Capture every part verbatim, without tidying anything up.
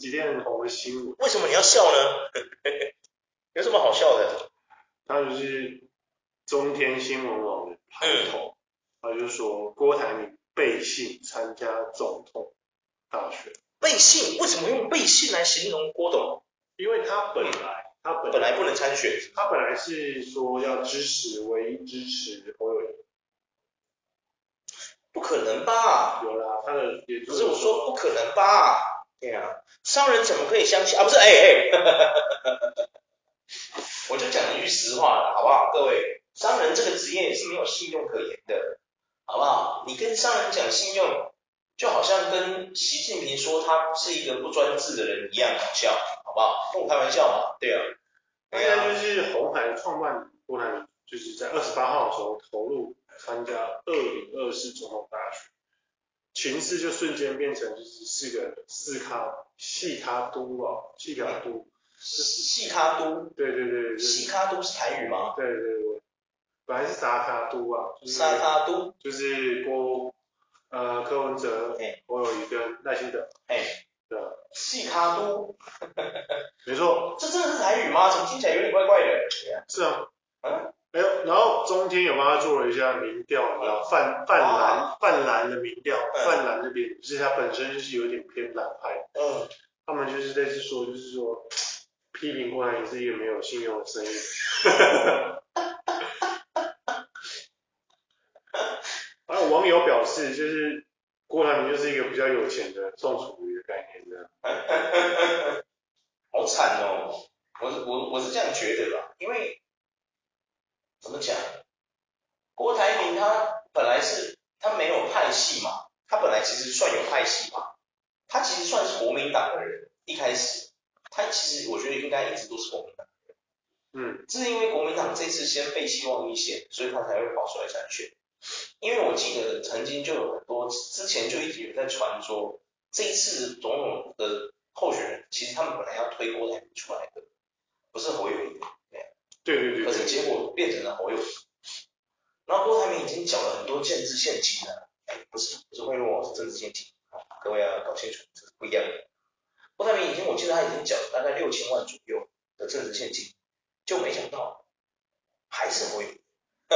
几天很红的新闻。 为什么你要笑呢？有什么好笑的？ 他就是中天新闻网的排头，他就说郭台铭背信参加总统大选。 背信？为什么用背信来形容郭董？ 因为他本来他本来本来不能参选， 他本来是说要支持唯一支持侯友宜。 不可能吧？ 有啦，他的也不是我说不可能吧？对啊，商人怎么可以相信啊？不是，哎哎，我就讲一句实话了，好不好？各位，商人这个职业是没有信用可言的，好不好？你跟商人讲信用，就好像跟习近平说他是一个不专制的人一样搞笑，好不好？跟我开玩笑嘛，对啊。 应该就是鸿海创办人郭台铭，就是在二十八号的时候投入参加二零二四总统大选，情势就瞬间变成就是四个四咖细咖都啊，细咖都， 细咖都， 对对对， 细咖都是台语吗？ 对对对，本来是沙咖都啊，就是沙咖都， 就是郭呃柯文哲、侯友宜跟赖清德， 哎， 对， 细咖都， 没错， 这真的是台语吗？怎么听起来有点怪怪的？ 是啊，嗯。没有，然后中天有帮他做了一下民调，你知道泛泛蓝泛蓝的民调，泛蓝那边就是他本身就是有点偏蓝派，嗯，他们就是类似说就是说批评郭台铭是一个没有信用的生意，还有网友表示就是郭台铭就是一个比较有钱的宋楚瑜的概念这样， 好惨哦，我是我我是这样觉得啦，因为怎么讲？郭台铭他本来是他没有派系嘛，他本来其实算有派系嘛，他其实算是国民党的人，一开始他其实我觉得应该一直都是国民党的人，嗯，是因为国民党这次先废希望一线，所以他才会跑出来参选。因为我记得曾经就有很多之前就一直有在传说，这一次总统的候选人其实他们本来要推郭台铭出来的，不是侯友宜， 对对对， 可是结果变成了侯友宜。然后郭台铭已经缴了很多政治现金了，哎，不是不是贿赂，是政治现金啊，各位要搞清楚，这是不一样的。郭台铭已经，我记得他已经缴了大概六千万左右的政治现金，就没想到还是侯友宜。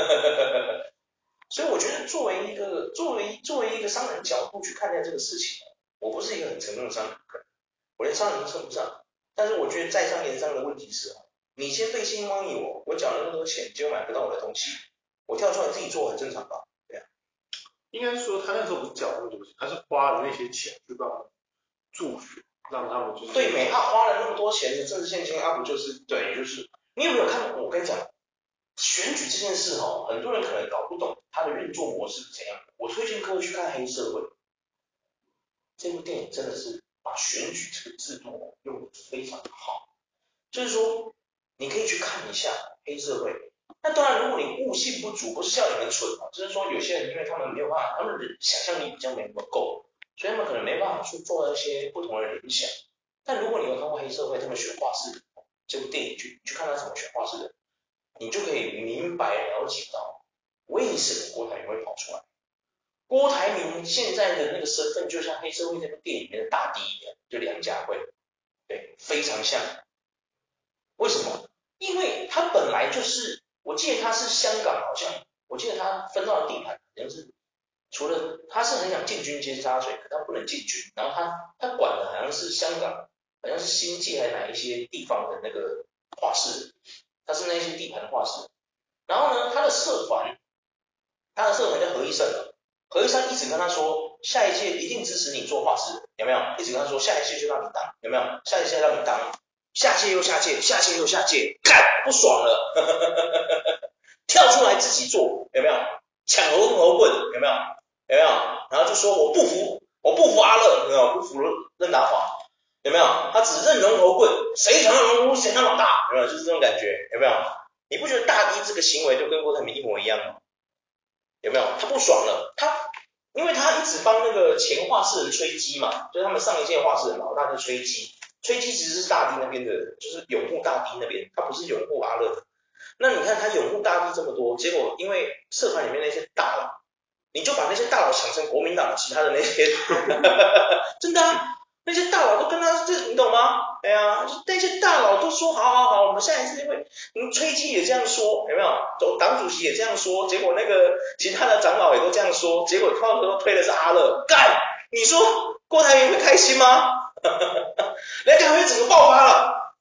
所以我觉得作为一个作为作为一个商人角度去看待这个事情，我不是一个很成功的商人，我连商人都称不上。但是我觉得在商言商的问题是，你先费心蒙你我，我缴了那么多钱，结果买不到我的东西。我跳出来自己做很正常吧，对啊。 应该说他那时候不是缴那么多钱，他是花了那些钱去帮助选，让他们就是对没？他花了那么多钱的政治现金，啊不就是对，就是你有没有看？我跟你讲，选举这件事哦，很多人可能搞不懂它的运作模式是怎样。我推荐各位去看《黑社会》这部电影，真的是把选举这个制度用的非常好。就是说，你可以去看一下《黑社会》。那当然，如果你悟性不足，不是叫你们蠢啊，就是说有些人因为他们没有办法，他们的想象力比较没那么够，所以他们可能没办法去做一些不同的联想。但如果你有看过黑社会他们选画室这部电影，去去看他怎么选画室的，你就可以明白了解到为什么郭台铭会跑出来。郭台铭现在的那个身份，就像黑社会这部电影里面的大弟一样，就梁家辉，对，非常像。为什么？因为他本来就是。我记得他是香港，好像我记得他分到的地盘好像是除了他是很想进军尖沙咀，可他不能进军，然后他他管的好像是香港，好像是新界还是哪一些地方的那个画室，他是那些地盘的画室。然后呢，他的社团，他的社团叫何医生，何医生一直跟他说，下一届一定支持你做画室，有没有？一直跟他说，下一届就让你当，有没有？下一届让你当。下届又下届，下届又下届，干不爽了，跳出来自己做，有没有？抢龙头棍，有没有？有没有？然后就说我不服，我不服阿乐，有没有？不服任达华，有没有？他只认龙头棍，谁想让龙头谁当老大，有没有？就是这种感觉，有没有？你不觉得大 D 这个行为就跟郭台铭一模一样吗？有没有？他不爽了，他因为他一直帮那个前画室人吹鸡嘛，就是他们上一届画室人老大就吹鸡。吹鸡其实是大 D 那边的，就是拥护大 D 那边，他不是拥护阿乐。那你看他拥护大 D 这么多，结果因为社团里面那些大佬，你就把那些大佬想成国民党其他的那些，真的啊， 那些大佬都跟他，这你懂吗？哎呀，那些大佬都说好好好，我们下一次会，嗯，崔基也这样说，有没有？走，党主席也这样说，结果那个其他的长老也都这样说，结果到时候推的是阿乐，干，你说郭台铭会开心吗？人家会整个爆发了，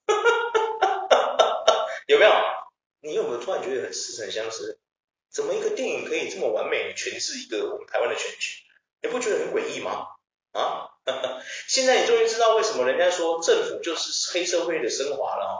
有没有？你有没有突然觉得很似曾相识？怎么一个电影可以这么完美的诠释一个我们台湾的选举？你不觉得很诡异吗？啊？现在你终于知道为什么人家说政府就是黑社会的升华了哦。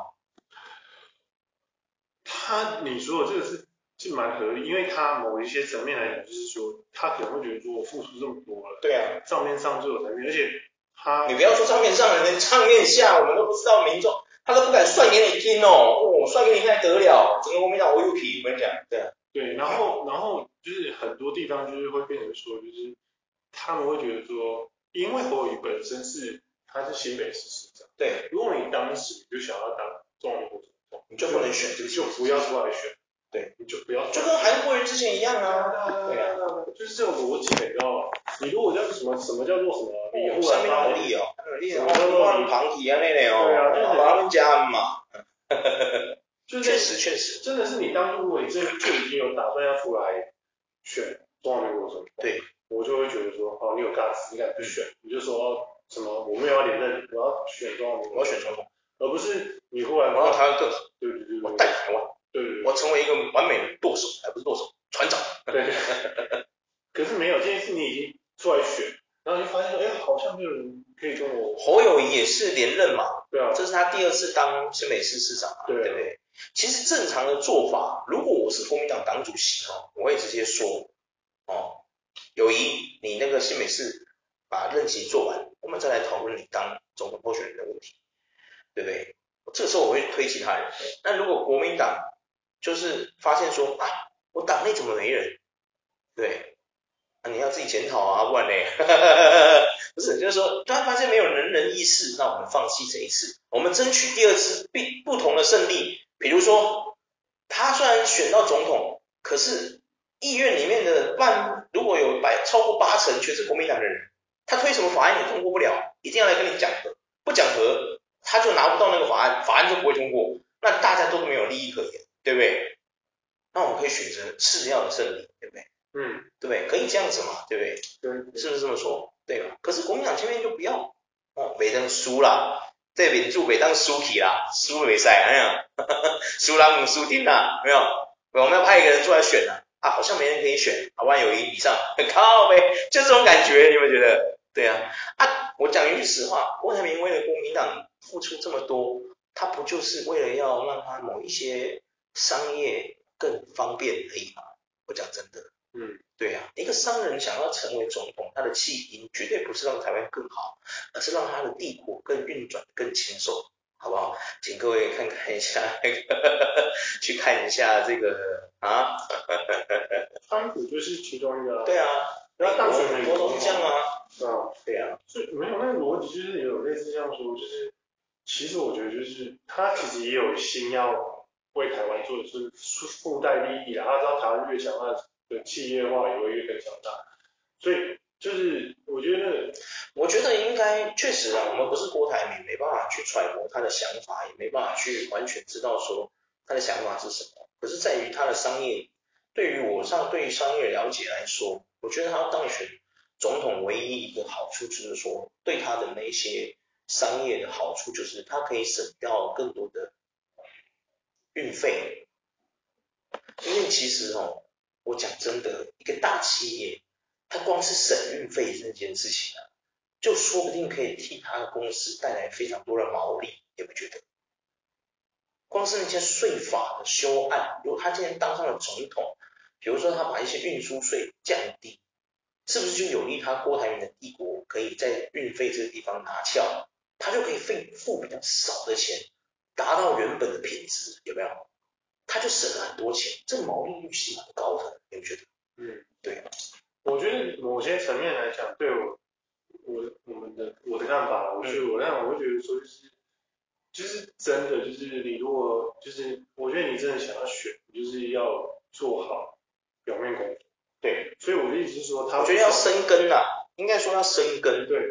他你说的这个是是蛮合理，因为他某一些层面来讲，就是说他可能会觉得说我付出这么多了， 对啊， 账面上就有层面，而且他你不要说账面上，连账面下我们都不知道民众，他都不敢算给你听哦，哦，算给你看得了，整个国民党我有皮，我跟你讲，对啊， 对，然后然后就是很多地方就是会变成说，就是他们会觉得说，因为侯友宜本身是他是新北市市长， 对， 如果你当时你就想要当中华民国总统， 你就不能选这个， 就不要出来选， 对， 你就不要， 就跟韩国瑜之前一样啊，对啊， 就是这种逻辑，你知道吗？你如果叫什么什么叫做什么庇护上面有理哦，什么叫做你旁体啊那类哦，对啊，就是把他们家嘛。确实确实， 真的是你当初如果你真的就已经有打算要出来选中华民国总统， 对， 我就会觉得说，哦，你有 guts，你敢不选，你就说什么我没有要连任，我要选中华民国， 我要选总统， 而不是你忽然我让台湾更好， 对对对， 我带台湾， 对对对， 我成为一个完美的舵手，而不是舵手，船长， 对，可是没有这件事，你已经出来选，然后你就发现说，哎，好像没有人可以跟我。 侯友宜也是连任嘛， 对啊， 这是他第二次当新北市市长嘛，对不对？其实正常的做法，如果我是国民党党主席哦，我会直接说，哦，友宜，你那个新北市把任期做完，我们再来讨论你当总统候选人的问题，对不对？这时候我会推其他人。那如果国民党就是发现说啊，我党内怎么没人，对，那、啊、你要自己检讨啊，不然呢？不是，就是说，他发现没有人人意识，那我们放弃这一次，我们争取第二次不不同的胜利。比如说，他虽然选到总统，可是议院里面的半如果有百超过八成全是国民党的人，他推什么法案也通过不了，一定要来跟你讲和，不讲和他就拿不到那个法案，法案就不会通过，那大家都没有利益可言，对不对？那我们可以选择次要的胜利，对不对？ 嗯， 对不对？可以这样子嘛，对不对？ 对， 是不是这么说？对吧？可是国民党前面就不要，哦，没当输啦，这民主没当输起啦，输了没赛，哎呀，输人唔输阵啦，没有？我们要派一个人出来选啊，啊，好像没人可以选，啊，万有一以上，靠呗，就这种感觉，你有没有觉得？对啊，啊，我讲一句实话，郭台铭为了国民党付出这么多，他不就是为了要让他某一些商业更方便而已吗？我讲真的。 嗯， 对啊，一个商人想要成为总统，他的起因绝对不是让台湾更好，而是让他的帝国更运转更轻松，好不好？请各位看看一下那个，去看一下这个啊， 川普就是其中一个。 对啊， 然后当选美国都是这样啊， 啊， 对啊， 所以没有那个逻辑，就是有类似这样说，就是其实我觉得就是他其实也有心要为台湾做的是附带利益啊，他知道台湾越强大。的企业化也会越更强大，所以就是我觉得， 我觉得应该确实啊，我们不是郭台铭，没办法去揣摩他的想法，也没办法去完全知道说他的想法是什么。可是在于他的商业，对于我上对于商业了解来说，我觉得他当选总统唯一一个好处就是说，对他的那些商业的好处就是他可以省掉更多的运费，因为其实哦。我讲真的，一个大企业，它光是省运费这件事情啊，就说不定可以替他的公司带来非常多的毛利，也不觉得？光是那些税法的修案，如果他今天当上了总统，比如说他把一些运输税降低，是不是就有利他郭台铭的帝国可以在运费这个地方拿翘，他就可以费付比较少的钱，达到原本的品质，有没有？他就省了很多钱，这个毛利率是蛮高的，你们觉得？ 嗯， 对， 我觉得某些层面来讲，对我我我们的我的看法，我觉得我看我会觉得说就是就是真的就是你如果就是我觉得你真的想要选，你就是要做好表面功夫。 对， 所以我的意思是说他， 我觉得要生根啦，应该说要生根。 对，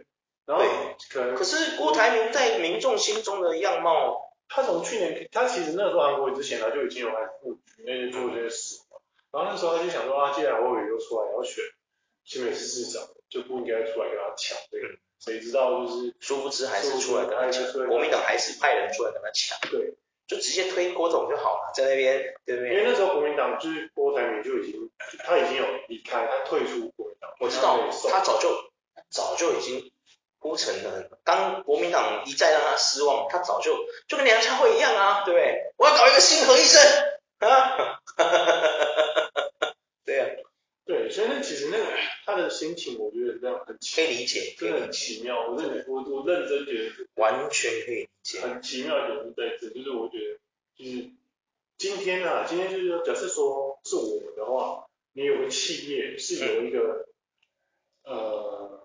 然后可能可是郭台铭在民众心中的样貌， 他从去年他其实那时候韩国瑜之前他就已经有开始布局那些做这些事嘛，然后那时候他就想说啊，既然侯友宜都出来要选新北市市长，就不应该出来跟他抢这个，谁知道就是殊不知还是出来跟他抢，国民党还是派人出来跟他抢， 对， 就直接推郭总就好了，在那边对不对？ 因为那时候国民党就是郭台铭就已经他已经有离开，他退出国民党， 我知道他早就早就已经铺陈的，当国民党一再让他失望，他早就就跟梁家辉一样啊，对不对？我要搞一个新何医生啊，对啊， 对，所以那其实那个他的心情，我觉得这样很可以理解， 真的很奇妙。我认我我认真觉得完全可以理解。 很奇妙的点在这，就是我觉得就是今天啊，今天就是说，假设说是我们的话，你有个企业是有一个、嗯、呃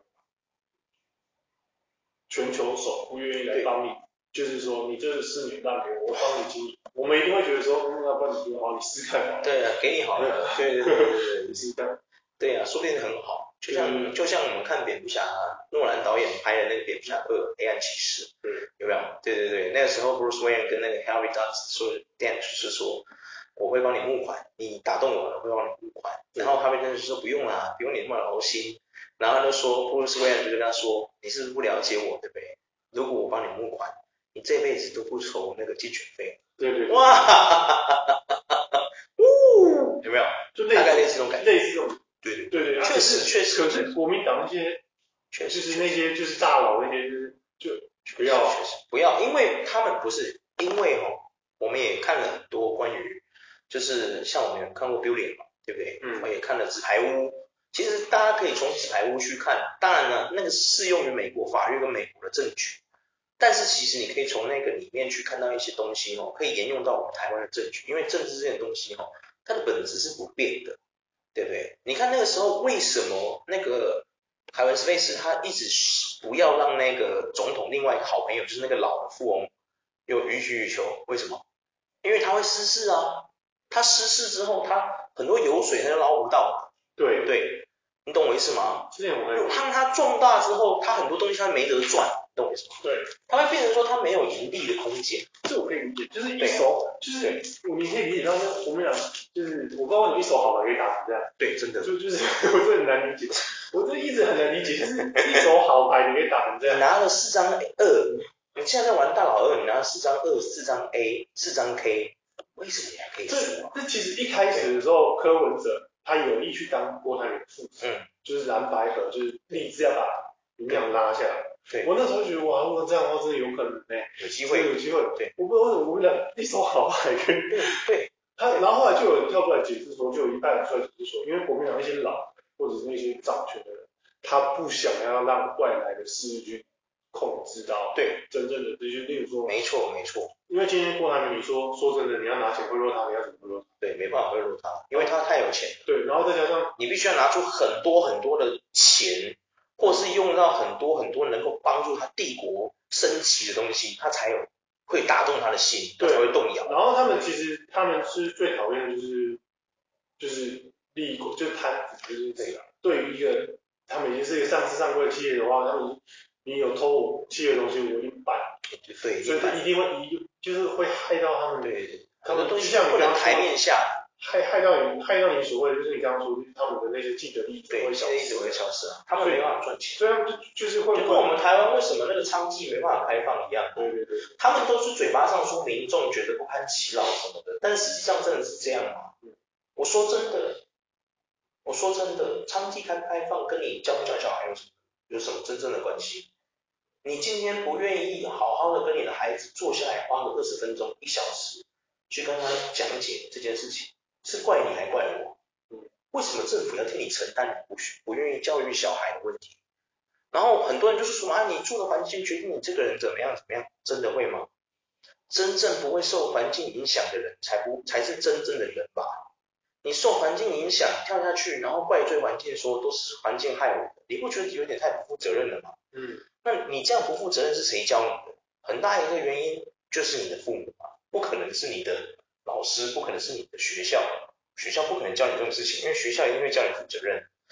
全球首富愿意来帮你，就是说你这四年大给我，我帮你经营，我们一定会觉得说，嗯，那不然你就好，你试看好了。 对啊，给你好了，对对对对对， 你试看。 对啊，说不定很好。就像、嗯、就像我们看蝙蝠侠，诺兰导演拍的那个蝙蝠侠二黑暗骑士， 对， 有没有？对对对，那个时候 Bruce Wayne 跟那个 Harry Dent 说 ，Dent 是说我会帮你募款，你打动我了，我会帮你募款。然后 Harry Dent 说不用啦，不用你那么劳心。然后他就说 Bruce Wayne 就跟他说，你是不是不了解我，对不对？如果我帮你募款，你这辈子都不愁那个竞选费。 对对。 哇哈哈哈哈哈！呜，有没有？ 就大概类似这种感觉。 类似这种。 对对对对， 确实确实。 可是国民党那些， 确实就是那些就是大佬那些就是就不要， 确实不要，因为他们不是，因为吼，我们也看了很多关于，就是像我们有看过 Billion 嘛，对不对？嗯。也看了纸牌屋，其实大家可以从纸牌屋去看，当然呢，那个适用于美国法律跟美国的政局，但是其实你可以从那个里面去看到一些东西哦，可以沿用到我们台湾的政局，因为政治这件东西哦，它的本质是不变的。对不对？你看那个时候为什么那个凯文史佩斯他一直不要让那个总统另外一个好朋友，就是那个老的富翁有予取予求？为什么？因为他会失势啊，他失势之后，他很多油水他就捞不到。 对对，你懂我意思吗？ 之前我会当他壮大之后，他很多东西他没得赚，懂我意思吗？ 对， 他会变成说他没有盈利的空间。 这我可以理解，就是一手，就是你可以理解到那我们讲，就是我不知道为什么一手好牌可以打成这样。 对，真的。 就就是我真的很难理解，我这一直很难理解，就是一手好牌你可以打成这样。 你拿了四张二，你现在在玩大老二，你拿了四张二、四张 A、四张 K， 为什么你还可以输啊？ 这这其实一开始的时候，柯文哲他有意去当郭台铭的副手，嗯，就是蓝白合，就是立志要把民进党拉下来。对，我那时候觉得哇，如果这样的话，真的有可能呢、欸， 有机会， 有机会。 对， 我不知道为什么我们俩一手好牌可以。 对对。 他然后后来就有人跳出来解释说，就有一派人出来解释说，因为国民党那些老或者是那些掌权的人，他不想要让外来的势力去控制到对真正的这些，例如说， 没错没错。 因为今天郭台铭，你说说真的，你要拿钱贿赂他，你要怎么贿赂他？ 对，没办法贿赂他，因为他太有钱了。 对，然后再加上你必须要拿出很多很多的钱，或是用到很多很多能够帮助他帝国升级的东西，他才有会打动他的心，他才会动摇。 然后他们其实他们是最讨厌的就是就是利益就是贪腐，就是这个。对于一个他们已经是一个上市上柜的企业的话，他们你有偷我企业的东西，我一定办。 对， 所以这一定会一就是会害到他们。 对， 他们就像不能台面下。 害害到你，害到你所谓的就是你刚刚说他们的那些既得利益对，既得利益会消失啊，他们没办法赚钱， 所以他们就就是会， 就跟我们台湾为什么那个娼妓没办法开放一样， 对对对， 他们都是嘴巴上说民众觉得不堪其扰什么的，但实际上真的是这样吗？我说真的，我说真的，娼妓开不开放跟你教不教小孩有什么有什么真正的关系？你今天不愿意好好的跟你的孩子坐下来，花个二十分钟、一小时去跟他讲解这件事情。是怪你还怪我？为什么政府要替你承担你不不愿意教育小孩的问题？然后很多人就是说啊，你住的环境决定你这个人怎么样怎么样，真的会吗？真正不会受环境影响的人才不才是真正的人吧？你受环境影响跳下去，然后怪罪环境说都是环境害我的，你不觉得有点太不负责任了吗？嗯，那你这样不负责任是谁教你的？很大一个原因就是你的父母嘛，不可能是你的老师，不可能是你的学校，学校不可能教你这种事情，因为学校一定会教你负责任。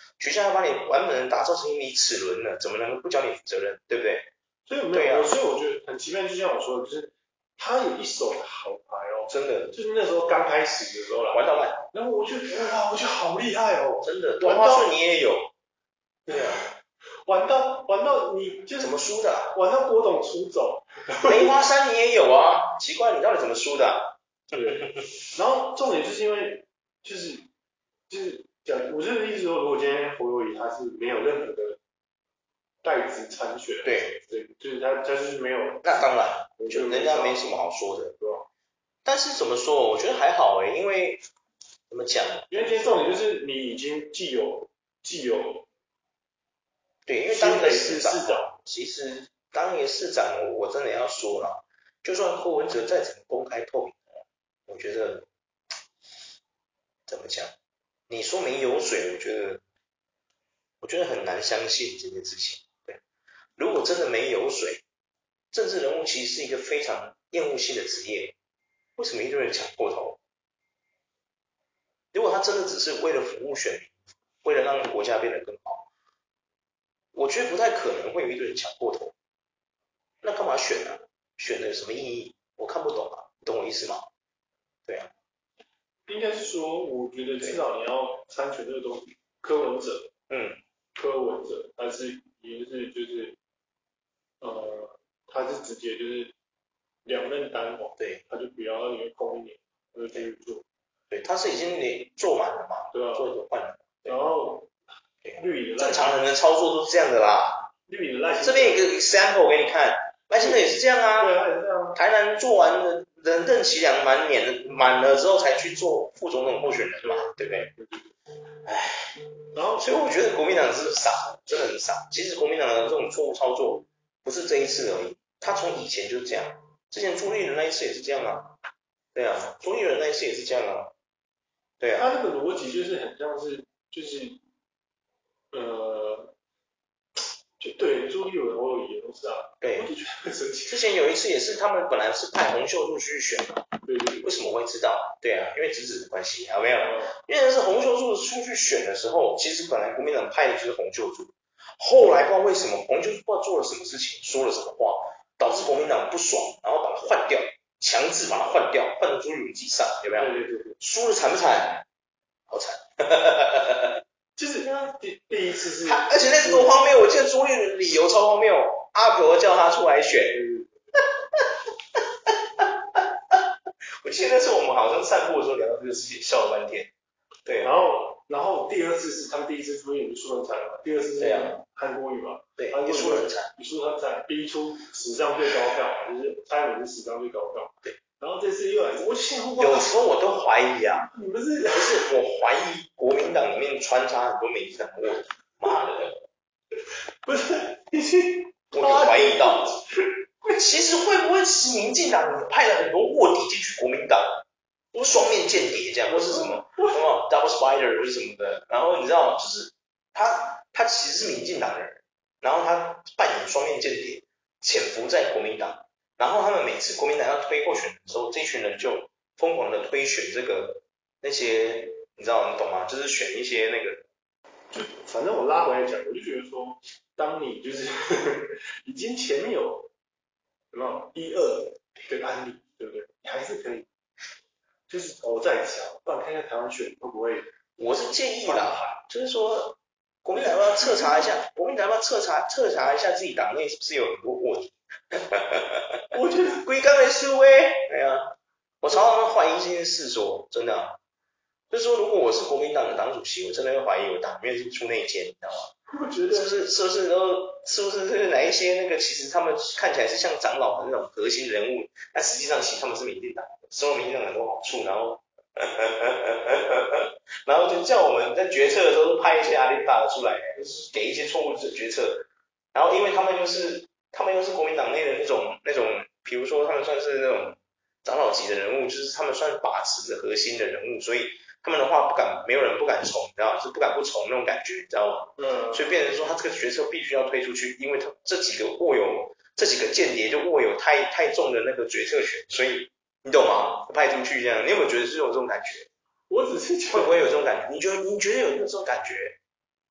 学校要把你完整的打造成一名齿轮了，怎么能不教你负责任，对不对？ 所以没有，啊、所以我觉得很奇妙，就像我说的，就是他有一手好牌哦， 真的， 就是那时候刚开始的时候啦， 玩到烂， 然后我就哇，我觉得好厉害哦， 真的，玩到你也有，对啊， 玩到玩到你就是怎么输的、啊？ 玩到郭董出走， 梅花山你也有啊，奇怪，你到底怎么输的、啊？ 对，然后重点就是因为就是就是讲，我就是意思说，如果今天侯友宜他是没有任何的代职参选， 对对，就是他他就是没有， 那当然，就人家没什么好说的，对吧？但是怎么说，我觉得还好诶，因为怎么讲？ 因为今天重点就是你已经既有既有， 对，因为当一个市长，其实当一个市长，我我真的要说了，就算柯文哲再怎么公开透明，我觉得怎么讲？你说没油水，我觉得我觉得很难相信这件事情。对，如果真的没油水，政治人物其实是一个非常厌恶性的职业，为什么一堆人抢破头？如果他真的只是为了服务选民，为了让国家变得更好，我觉得不太可能会有一堆人抢破头。那干嘛选啊？选的有什么意义？我看不懂啊，你懂我意思吗？对啊。 应该是说，我觉得至少你要参选这个东西，柯文哲， 嗯， 柯文哲，他是已经是就是呃，他是直接就是两任单王， 对， 他就不要里面空一年，他就继续做。 对，他是已经连做满了嘛， 对啊， 做做换了。 然后绿营正常人的操作都是这样的啦。 绿营的赖清德， 这边有个 sample 给你看，赖清德也是这样啊。 对啊，也是这样啊。 台南做完了，人任期两满年满了之后才去做副总统候选人嘛，对不对？唉，然后所以我觉得国民党是傻，真的很傻。其实国民党的这种错误操作不是这一次而已，他从以前就是这样，之前朱立伦那一次也是这样啊。对啊，朱立伦那一次也是这样啊。对啊。 他那个逻辑就是很像是就是呃。就对，朱立伦我有也都是啊， 对， 我就觉得很神奇。 之前有一次也是，他们本来是派洪秀柱去选嘛， 对对对， 为什么我会知道？对啊，因为侄子的关系，有没有？因为是洪秀柱出去选的时候，其实本来国民党派的就是洪秀柱，后来不知道为什么洪秀柱不知道做了什么事情，说了什么话，导致国民党不爽，然后把他换掉，强制把他换掉，换成朱立伦自己上，有没有？ 对对对对， 输的惨不惨？好惨。 就是第第一次是， 而且那次多荒谬，我记得朱立伦理由超荒谬，阿婆叫他出来选。我记得那次我们好像散步的时候聊到这个事情，笑了半天。对、 啊，然后然后第二次是他们第一次出演你输很惨嘛，第二次是韩国瑜嘛， 对， 韩国瑜输很惨， 你输很惨，逼出史上最高票，就是蔡英文是史上最高票。 对， 然后这次又来，我想有时候我都怀疑啊， 你不是不是我怀疑国民党里面穿插很多民进党的卧底，妈的， 不是已经， 我就怀疑到，其实会不会是民进党派了很多卧底进去国民党？双面间谍这样，或是什么什么 double spider 或是什么的，然后你知道，就是他他其实是民进党人，然后他扮演双面间谍，潜伏在国民党，然后他们每次国民党要推候选人的时候，这群人就疯狂的推选这个那些，你知道你懂吗？就是选一些那个， 就反正我拉回来讲，我就觉得说，当你就是已经前面有什么一二这个案例，对不对？你还是可以。就是头再小，不然看看台湾选会不会？ 我是建议啦，就是说国民党要不要彻查一下，国民党要不要彻查彻查一下自己党内是不是有很多卧底？ 我觉得归刚的思维，哎呀，我常常会怀疑这件事说，真的、啊，就是说如果我是国民党的党主席，我真的会怀疑我党里面是出内奸，你知道吗？ 我觉得是不是是不是都是不是是哪一些那个其实他们看起来是像长老的那种核心人物，但实际上其实他们是民进党，收了民进党很多好处，然后。然后就叫我们在决策的时候都派一些阿里巴巴出来，就是给一些错误的决策。然后因为他们又是他们又是国民党内的那种那种，比如说他们算是那种长老级的人物，就是他们算把持着核心的人物，所以他们的话不敢，没有人不敢从，你知道，是不敢不从那种感觉，你知道吗？嗯。所以变成说他这个决策必须要推出去，因为他这几个握有这几个间谍就握有太太重的那个决策权，所以。你懂吗？派出去这样，你有没有觉得是有这种感觉？ 我只是觉得会不会有这种感觉？你觉得你觉得有没有这种感觉？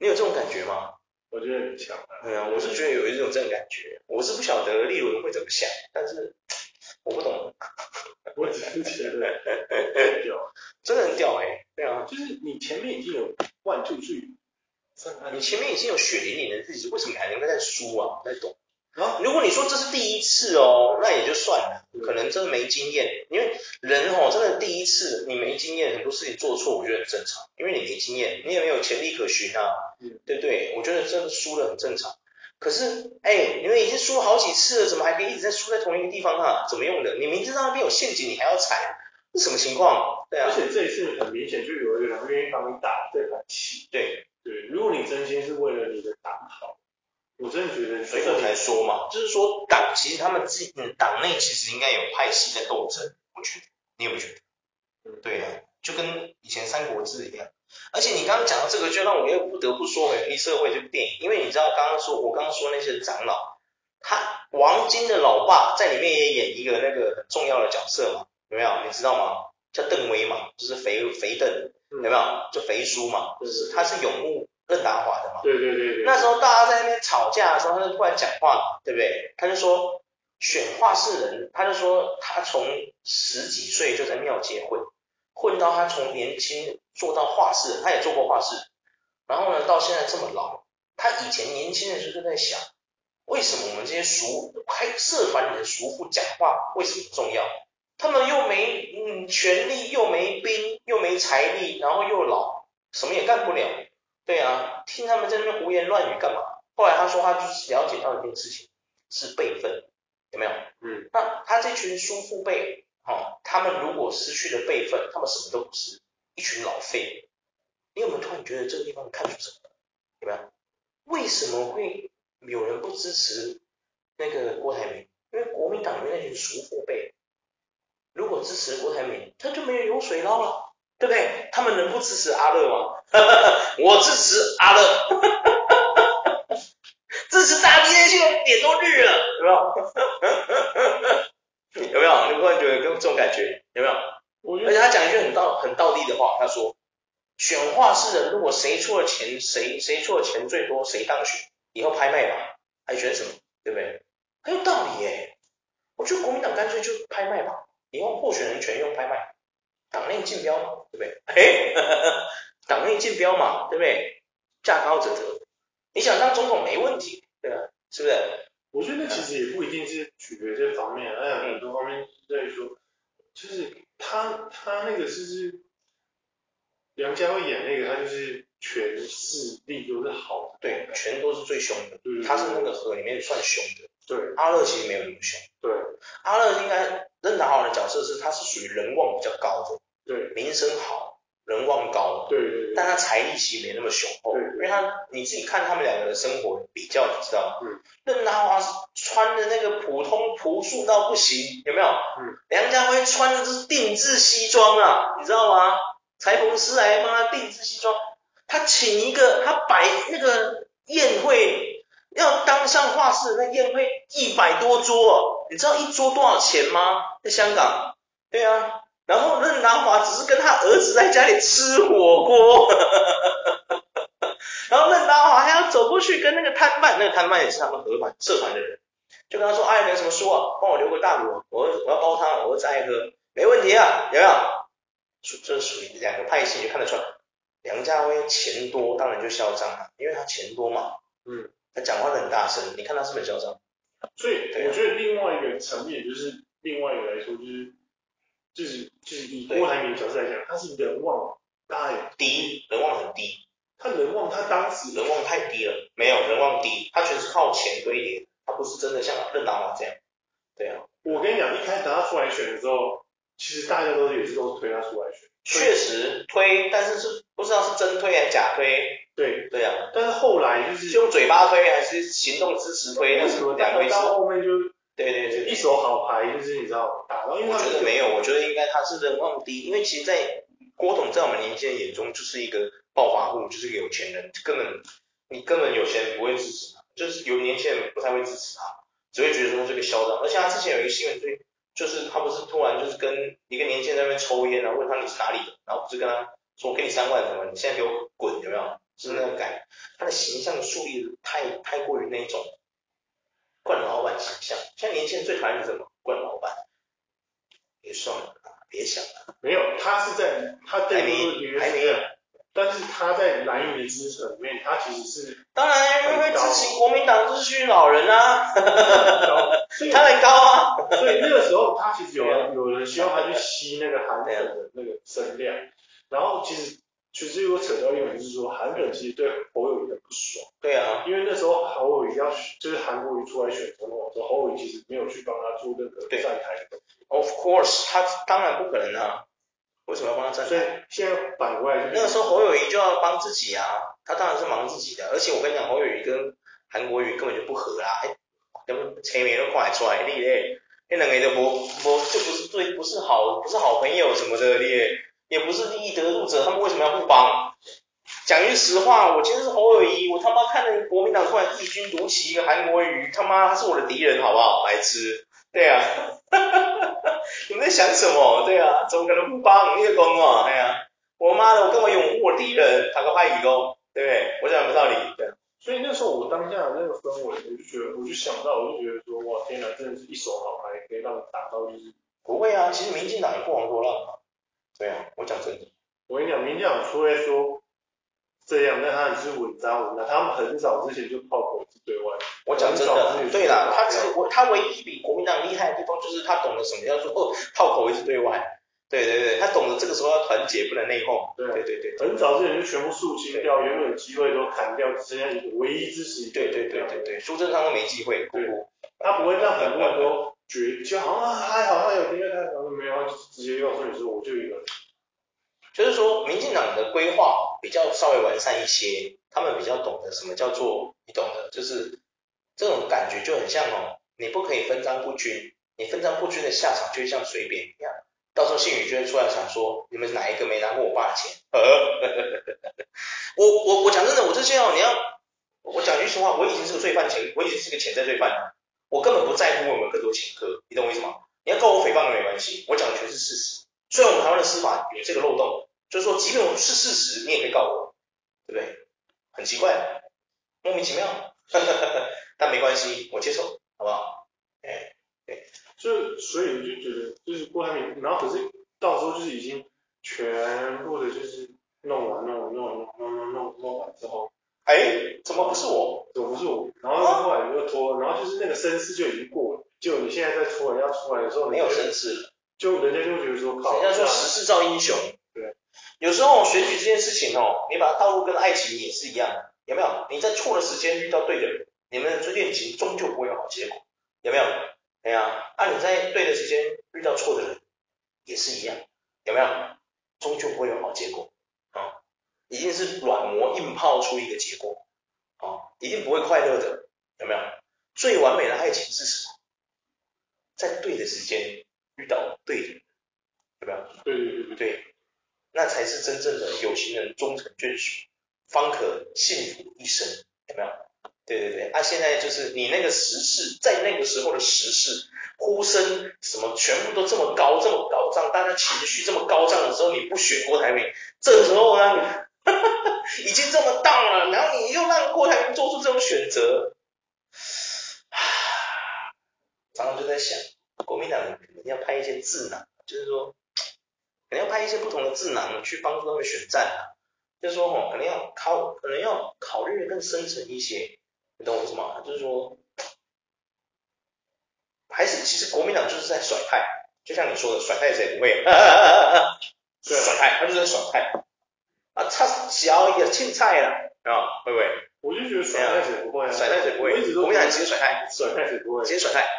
你有这种感觉吗？ 我觉得很强啊。 对啊，我是觉得有一种这种感觉，我是不晓得立伦会怎么想，但是我不懂。 我只是觉得很屌， 真的很屌哎、欸，对啊， 就是你前面已经有万two three， 你前面已经有血淋淋的日子，为什么你还能够再输啊？不太懂。啊，如果你说这是第一次哦，那也就算了，可能真的没经验，因为人哦，真的第一次你没经验，很多事情做错，我觉得很正常，因为你没经验，你也没有潜力可循啊，嗯、对不对？我觉得真的输了很正常。可是，哎，你们已经输了好几次了，怎么还可以一直在输在同一个地方啊？怎么用的？你明知道那边有陷阱，你还要踩，这什么情况？对啊。 而且这一次很明显就有一个人愿意帮你打这盘棋。 对对，如果你真心是为了你的党好，我真的觉得， 所以我才说嘛，就是说党其实他们自己党内其实应该有派系在斗争，我觉得，你有没有觉得？嗯，对啊，就跟以前三国志一样。而且你刚刚讲到这个，就让我又不得不说回黑社会这部电影，因为你知道刚刚说我刚刚说那些长老，他王晶的老爸在里面也演一个那个很重要的角色嘛，有没有？你知道吗？叫邓威嘛，就是肥肥邓，有没有？就肥叔嘛，就是他是拥护任达华的嘛。 对对对对。 那时候大家在那边吵架的时候，他就突然讲话嘛，对不对？他就说选话事人，他就说他从十几岁就在庙街混，混到他从年轻做到话事人，他也做过话事人，然后呢到现在这么老，他以前年轻的时候就在想，为什么我们这些俗开社团里的俗妇讲话为什么重要？他们又没嗯权力，又没兵，又没财力，然后又老，什么也干不了。对啊，听他们在那边胡言乱语干嘛？后来他说他就是了解到一件事情，是辈分，有没有？嗯，那他这群叔父辈，哦，他们如果失去了辈分，他们什么都不是，一群老废。你有没有突然觉得这个地方看出什么？有没有？为什么会有人不支持那个郭台铭？因为国民党里面那群叔父辈，如果支持郭台铭，他就没有油水捞了，对不对？他们能不支持阿乐吗？我支持阿乐，支持大 D 那些人脸都绿了，有没有？有没有？你忽然觉得跟这种感觉有没有？而且他讲一句很道很道地的话，他说选话事人，如果谁出了钱，谁谁出的钱最多，谁当选，以后拍卖吧，还选什么？对不对？很有道理耶。我觉得国民党干脆就拍卖吧，以后候选人全用拍卖，党内竞标嘛，对不对？哎，党内竞标嘛，对不对？价高者得，你想当总统没问题，对吧？是不是？ 我觉得其实也不一定是取决这方面，还有很多方面在说，就是他他那个就是梁家辉演那个，他就是全势力都是好的， 对，全都是最凶的，嗯、他是那个河里面算凶的， 对， 阿乐其实没有那么凶， 对， 阿乐应该任达华的角色是他是属于人望比较高的， 对， 名声好，人望高， 对对对， 但他财力其实没那么雄厚，因为他你自己看他们两个的生活比较，你知道吗？嗯，任达华穿的那个普通朴素到不行，有没有？嗯，梁家辉穿的是定制西装啊，你知道吗？裁缝师来帮他定制西装，他请一个他摆那个宴会，要当上画室的那宴会一百多桌，你知道一桌多少钱吗？在香港，对啊。然后任达华只是跟他儿子在家里吃火锅，然后任达华还要走过去跟那个摊贩，那个摊贩也是他们合团社团的人，就跟他说：“哎，你有什么书啊？帮我留个大炉，我我要煲汤，我儿子爱喝，没问题啊，有没有？”这属于两个派系，就看得出来。梁家辉钱多，当然就嚣张啊，因为他钱多嘛。嗯，他讲话很大声，你看他是不是很嚣张？ 所以我觉得另外一个层面就是另外一个来说就是。就是就是以郭台铭角色来讲，他是人望大概低，人望很低。 他人望他当时人望太低了，没有人望低，他全是靠钱堆叠，他不是真的像任达华这样。对啊， 我跟你讲，一开始他出来选的时候，其实大家都也是都是推他出来选。 确实推，但是是不知道是真推还是假推。 对对啊， 但是后来就是用嘴巴推还是行动支持推，那是两回事。 到后面就对对对， 一手好牌就是你知道打到，因为我觉得没有，我觉得应该他是人望低，因为其实，在郭董在我们年轻人眼中就是一个暴发户，就是个有钱人，根本你根本有钱人不会支持他，就是有年轻人不太会支持他，只会觉得说他是个嚣张。而且他之前有一个新闻最，就是他不是突然就是跟一个年轻人在那边抽烟，然后问他你是哪里的，然后不是跟他说我给你三万什么，你现在给我滚，有没有？ 是那个感，他的形象树立太太过于那种惯老板形象。现在年轻人最讨厌是什么？惯老板。别算了，别想了。 没有，他是在他对还没还没有。 但是他在蓝营的支持里面，他其实是当然因为会支持国民党就是虚老人啊，他很高啊， 所以那个时候他其实有人有人希望他去吸那个韩粉的那个声量，然后其实其实有扯到一点就是说韩粉其实对侯友宜很不爽， 对啊， 因为那时候侯友宜要就是韩国瑜出来选总统的时候，侯友宜其实没有去帮他做任何站台的 ，Of course， 他当然不可能啊。为什么要帮他站台？ 所以现在反过来， 那个时候侯友宜就要帮自己啊，他当然是忙自己的。而且我跟你讲，侯友宜跟韩国瑜根本就不合啦，哎，根本前面都看得出来，你嘞，那两个都不不就不是对，不是好不是好朋友什么的，你也不是利益得入者，他们为什么要互帮？讲句实话，我今天是侯友宜，我他妈看着国民党突然异军独起一个韩国瑜，他妈他是我的敌人，好不好？白痴，对啊。你们在想什么？对啊，怎么可能不帮？你在讲哦，哎呀，我妈的，我干嘛拥护我敌人？他个派义工，对不对？我讲不道理。对。 所以那时候我当下的那个氛围，我就觉得，我就想到，我就觉得说，哇，天哪，真的是一手好牌，可以让你打到就是。 不会啊，其实民进党也不遑多让啊。对啊，我讲真的。 我跟你讲，民进党除了说这样，但他只是稳扎稳打，他们很早之前就炮口是对外。 我讲真的，对啦，他只我他唯一比国民党厉害的地方就是他懂得什么叫做哦炮口一直对外。对对对，他懂得这个时候要团结，不能内讧。对对对对， 很早之前就全部肃清掉，原本有机会都砍掉，只剩下一个唯一支持。 对对对对对，苏贞昌都没机会。 对，他不会让很多人都觉就好像还好，他有机会，他好像没有，就直接告诉你说我就一个。 就是说，民进党的规划比较稍微完善一些，他们比较懂得什么叫做，你懂的，就是这种感觉就很像哦，你不可以分赃不均，你分赃不均的下场就会像水扁一样，到时候信宇就会出来想说，你们哪一个没拿过我爸的钱？我我我讲真的，我这些哦，你要我讲句实话，我已经是个罪犯前，我已经是个潜在罪犯了，我根本不在乎我们更多前科，你懂我意思吗？你要告我诽谤也没关系，我讲的全是事实。虽然我们台湾的司法有这个漏洞，就是说，即便我是事实，你也可以告我，对不对？很奇怪，莫名其妙，但没关系，我接受，好不好？哎，对， 就所以我就觉得，就是郭台铭，然后可是到时候就是已经全部的就是弄完、弄完、弄完、弄弄弄弄完之后， 哎，怎么不是我？ 怎么不是我？然后后来又拖，然后就是那个申诉就已经过了，就你现在在出来要出来的时候， 没有申诉了。 就人家就觉得说，靠， 人家说时势造英雄， 对， 有时候选举这件事情哦，你把它套路跟爱情也是一样的，有没有？你在错的时间遇到对的人，你们的恋情终究不会有好结果，有没有？对啊，啊你在对的时间遇到错的人，也是一样，有没有？终究不会有好结果啊、哦，一定是软磨硬泡出一个结果啊、哦，一定不会快乐的，有没有？最完美的爱情是什么？在对的时间遇到对的人，有没有？ 对对对对对，那才是真正的有情人终成眷属，方可幸福一生，有没有？对对对，啊，现在就是你那个时事，在那个时候的时事呼声什么全部都这么高，这么高涨，大家情绪这么高涨的时候，你不选郭台铭，这时候呢，已经这么荡了，然后你又让郭台铭做出这种选择，常常就在想，国民党可能要派一些智囊，就是说。可能要派一些不同的智囊去帮助他们选战啊，就是说哦，可能要考，可能要考虑的更深层一些，你懂我意思吗？就是说，还是其实国民党就是在甩派，就像你说的，甩派谁不会？甩派，他就是在甩派啊，他小也青菜啦，啊，会不会？ 我就觉得甩派谁不会啊？ 甩派谁不会？国民党直接甩派， 甩派谁不会？ 直接甩派。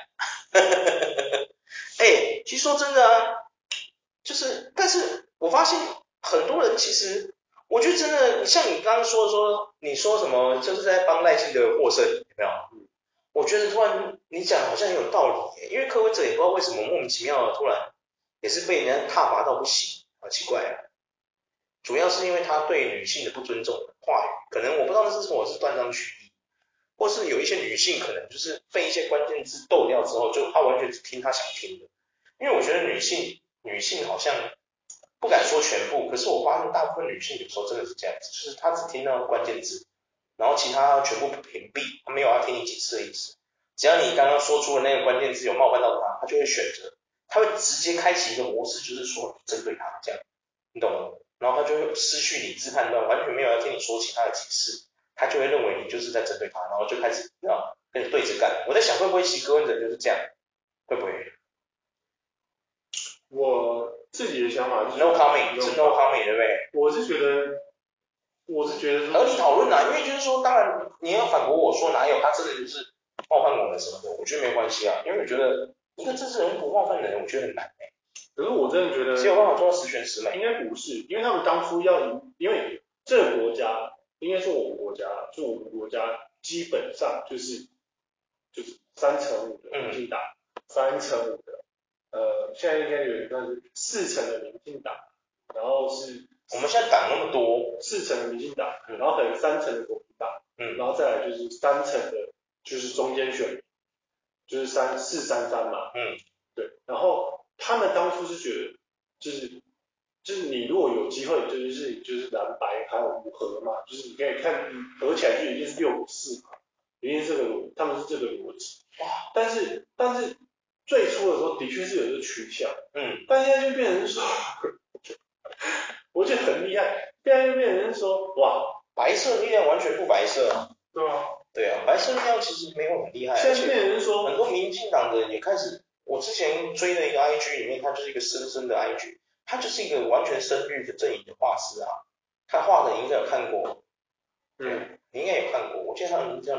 哎，其实说真的啊。就是，但是我发现很多人其实，我觉得真的，像你刚刚说说，你说什么，就是在帮赖清德获胜，有没有？嗯，我觉得突然你讲好像很有道理耶，因为柯文哲也不知道为什么莫名其妙的突然也是被人家挞伐到不行，好奇怪啊！主要是因为他对女性的不尊重的话语，可能我不知道那是否是断章取义，或是有一些女性可能就是被一些关键字斗掉之后，就她完全只听她想听的，因为我觉得女性。女性好像不敢说全部，可是我发现大部分女性有时候真的是这样子，就是她只听到关键字，然后其他全部屏蔽，她没有要听你解释的意思。只要你刚刚说出的那个关键字有冒犯到她，她就会选择，她会直接开启一个模式，就是说针对她这样，你懂吗？然后她就会失去理智判断，完全没有要听你说其他的解释，她就会认为你就是在针对她，然后就开始啊跟你对着干。我在想会不会其实柯文哲就是这样，会不会？ 我自己的想法是 no comment， 是 no comment 对不对？ 我是觉得，我是觉得合理讨论啊，因为就是说，当然你要反驳我说哪有他真的就是冒犯我们什么的，我觉得没关系啊，因为我觉得一个政治人物不冒犯人，我觉得很难哎、欸。 可是我真的觉得， 只有办法做到十全十美。 应该不是，因为他们当初要赢，因为这个国家，应该说我们国家，就我们国家基本上就是就是三成五的民进党，三成五的，呃，现在应该有一段是四成的民进党，然后是我们现在党那么多， 四成的民进党，然后可能三成的国民党， 嗯， 然后再来就是三成的，就是中间选民，就是三四三三嘛， 嗯， 对，然后他们当初是觉得，就是就是你如果有机会，就是就是蓝白还有五合嘛，就是你可以看合起来就一定是六五四嘛，一定是这个逻，他们是这个逻辑。哇，但是但是最初的时候的确是有这个趋向， 嗯， 但现在就变成是说，我觉得很厉害，现在就变成是说，哇， 白色力量完全不白色啊， 对啊， 对啊，白色力量其实没有很厉害， 现在变成是说， 很多民进党的也开始，我之前追的一个 I G 里面，它就是一个深深的 I G。他就是一个完全深绿的阵营的画师啊，他画的你应该有看过，嗯，你应该有看过，我记得他的名字叫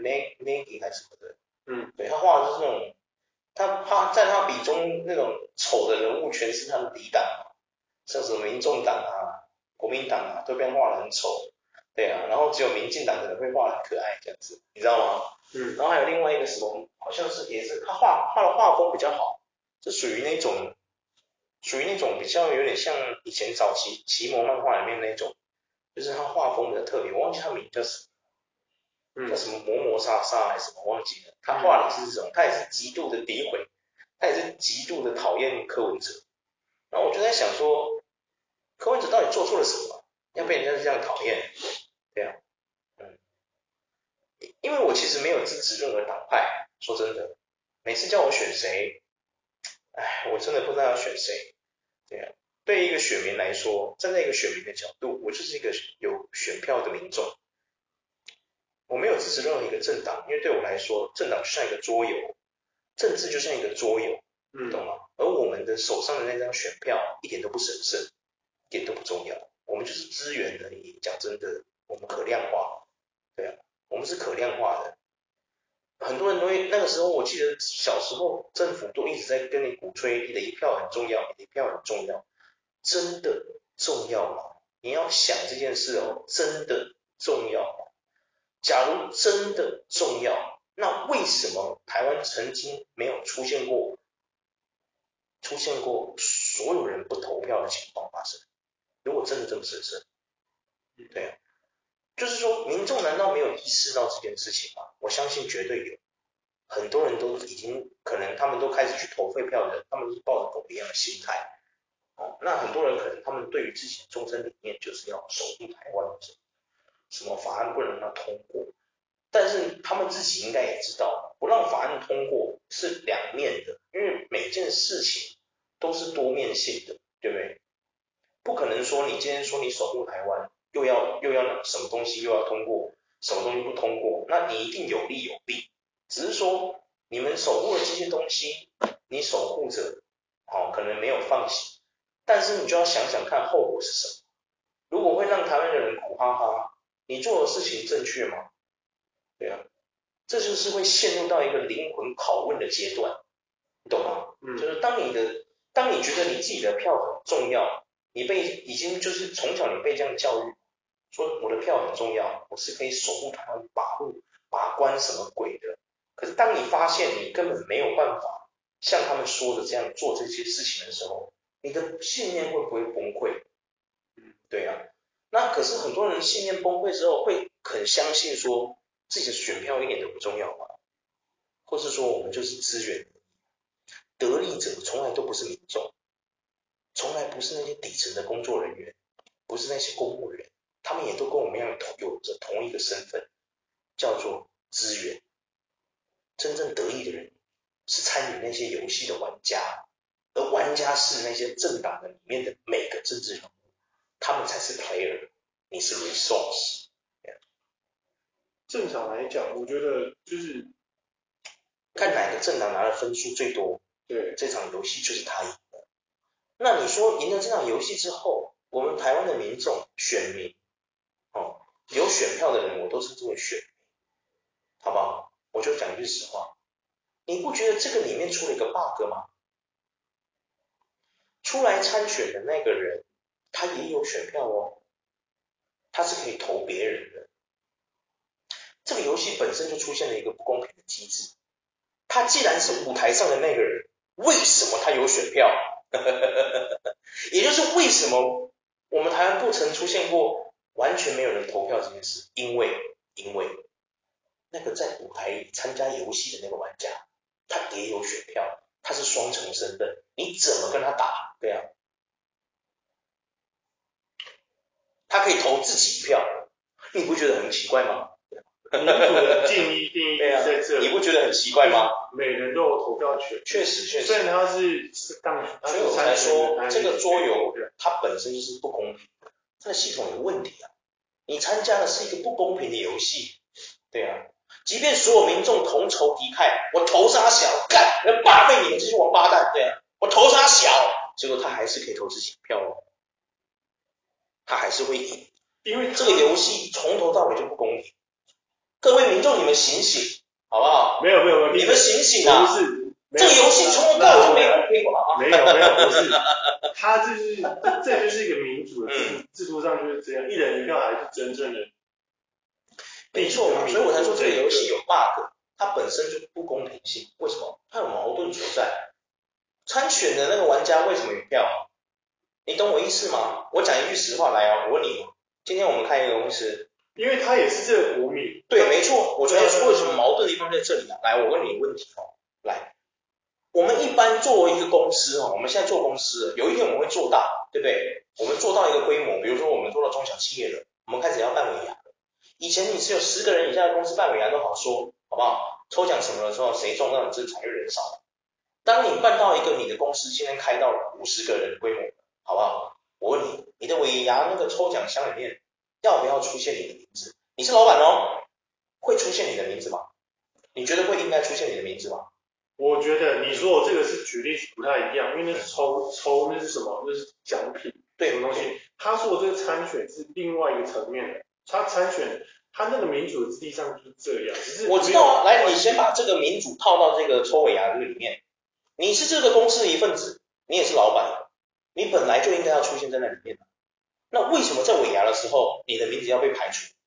Nagi 还是什么的，嗯，对他画的就是那种，他他在他笔中那种丑的人物全是他的敌党，像什么民众党啊、国民党啊，都被画得很丑，对啊，然后只有民进党的人会画得很可爱这样子，你知道吗？嗯，然后还有另外一个什么，好像是也是他画画的画风比较好，是属于那种。属于那种比较有点像以前早期奇魔漫画里面那种，就是他画风比较特别，我忘记他名叫什么，叫什么魔魔莎莎还是什么忘记了。他画的是这种，他也是极度的诋毁，他也是极度的讨厌柯文哲。然后我就在想说，柯文哲到底做错了什么，要被人家这样讨厌？对啊，嗯，因为我其实没有支持任何党派，说真的，每次叫我选谁，哎，我真的不知道要选谁。对啊，对于一个选民来说，站在一个选民的角度，我就是一个有选票的民众，我没有支持任何一个政党，因为对我来说，政党就像一个桌游，政治就像一个桌游，嗯，懂吗？而我们的手上的那张选票一点都不神圣，一点都不重要，我们就是资源而已。讲真的，我们可量化，对啊，我们是可量化的。很多人都会，那个时候我记得小时候政府都一直在跟你鼓吹你的一票很重要，你的一票很重要，真的重要吗？你要想这件事哦，真的重要吗？假如真的重要，那为什么台湾曾经没有出现过出现过所有人不投票的情况发生？如果真的这么神圣，对啊。就是说，民众难道没有意识到这件事情吗？我相信绝对有，很多人都已经可能他们都开始去投废票的人，他们是抱着跟我一样的心态。哦，那很多人可能他们对于自己的终身理念就是要守护台湾，什么法案不能让它通过，但是他们自己应该也知道，不让法案通过是两面的，因为每件事情都是多面性的，对不对？不可能说你今天说你守护台湾，又要又要什么东西又要通过，什么东西不通过，那你一定有利有弊，只是说你们守护的这些东西，你守护着，哦，可能没有放弃，但是你就要想想看后果是什么。如果会让台湾的人苦哈哈，你做的事情正确吗？对啊，这就是会陷入到一个灵魂拷问的阶段，你懂吗？嗯，就是当你的，当你觉得你自己的票很重要，你被已经就是从小你被这样教育，说我的票很重要，我是可以守护台湾、把护、把关什么鬼的。可是当你发现你根本没有办法像他们说的这样做这些事情的时候，你的信念会不会崩溃？嗯，对啊。那可是很多人信念崩溃之后，会很相信说自己的选票一点都不重要吗？或是说我们就是资源，得利者从来都不是民众。 从来不是那些底层的工作人员，不是那些公务员，他们也都跟我们一样有着同一个身份，叫做资源。真正得益的人是参与那些游戏的玩家，而玩家是那些政党的里面的每个政治人物，他们才是 player， 你是 resource。 正常来讲，我觉得就是看哪个政党拿的分数最多， 对， 这场游戏就是他赢的。那你说赢了这场游戏之后，我们台湾的民众、选民，哦，有选票的人，我都称之为选民，好不好？我就讲句实话，你不觉得这个里面出了一个 bug 吗？出来参选的那个人，他也有选票哦，他是可以投别人的。这个游戏本身就出现了一个不公平的机制。他既然是舞台上的那个人，为什么他有选票？也就是为什么我们台湾不曾出现过完全没有人投票这件事，因为因为那个在舞台里参加游戏的那个玩家，他也有选票，他是双重身份，你怎么跟他打？对啊，他可以投自己一票，你不觉得很奇怪吗？ 民主的定义定义在这里， 你不觉得很奇怪吗？ 每人都有投票权， 确实确实。 虽然他是是当选， 所以我才说这个桌游它本身就是不公平的，它的系统有问题啊！你参加的是一个不公平的游戏，对啊。即便所有民众同仇敌忾，我投杀小，干，要罢废你们这些王八蛋，对啊，我投杀小，结果他还是可以投自己票哦，他还是会赢，因为这个游戏从头到尾就不公平。各位民众，你们醒醒，好不好？ 没有没有没有， 你们醒醒啊！ 不是， 这个游戏从头到尾就没公平过啊！ 没有没有，不是，它就是这就是一个民主的制度，制度上就是这样，一人一票还是真正的。 没错嘛，所以我才说这个游戏有 bug， 它本身就不公平性。为什么？它有矛盾所在。参选的那个玩家为什么有票？你懂我意思吗？我讲一句实话来哦，我问你，今天我们开一个公司， 因为他也是这个国民。 对，没错，我觉得为什么矛盾的地方在这里啊？来，我问你一个问题哦，来，我们一般作为一个公司哦，我们现在做公司，有一天我们会做大，对不对？我们做到一个规模，比如说我们做到中小企业了，我们开始要办尾牙。以前你只有十个人以下的公司办尾牙都好说，好不好？抽奖什么的时候谁中那很正常，因为人少。当你办到一个你的公司今天开到五十个人规模，好不好？我问你，你的尾牙那个抽奖箱里面要不要出现你的名字？你是老板哦，会出现你的名字吗？你觉得会应该出现你的名字吗？ 我觉得你说我这个是举例不太一样，因为那是抽抽那是什么？那是奖品， 对， 什么东西？他说的这个参选是另外一个层面的，他参选他那个民主的地上就是这样。只是我知道啊，来，你先把这个民主套到这个抽尾牙这个里面。你是这个公司的一份子，你也是老板，你本来就应该要出现在那里面。那为什么在尾牙的时候，你的名字要被排除？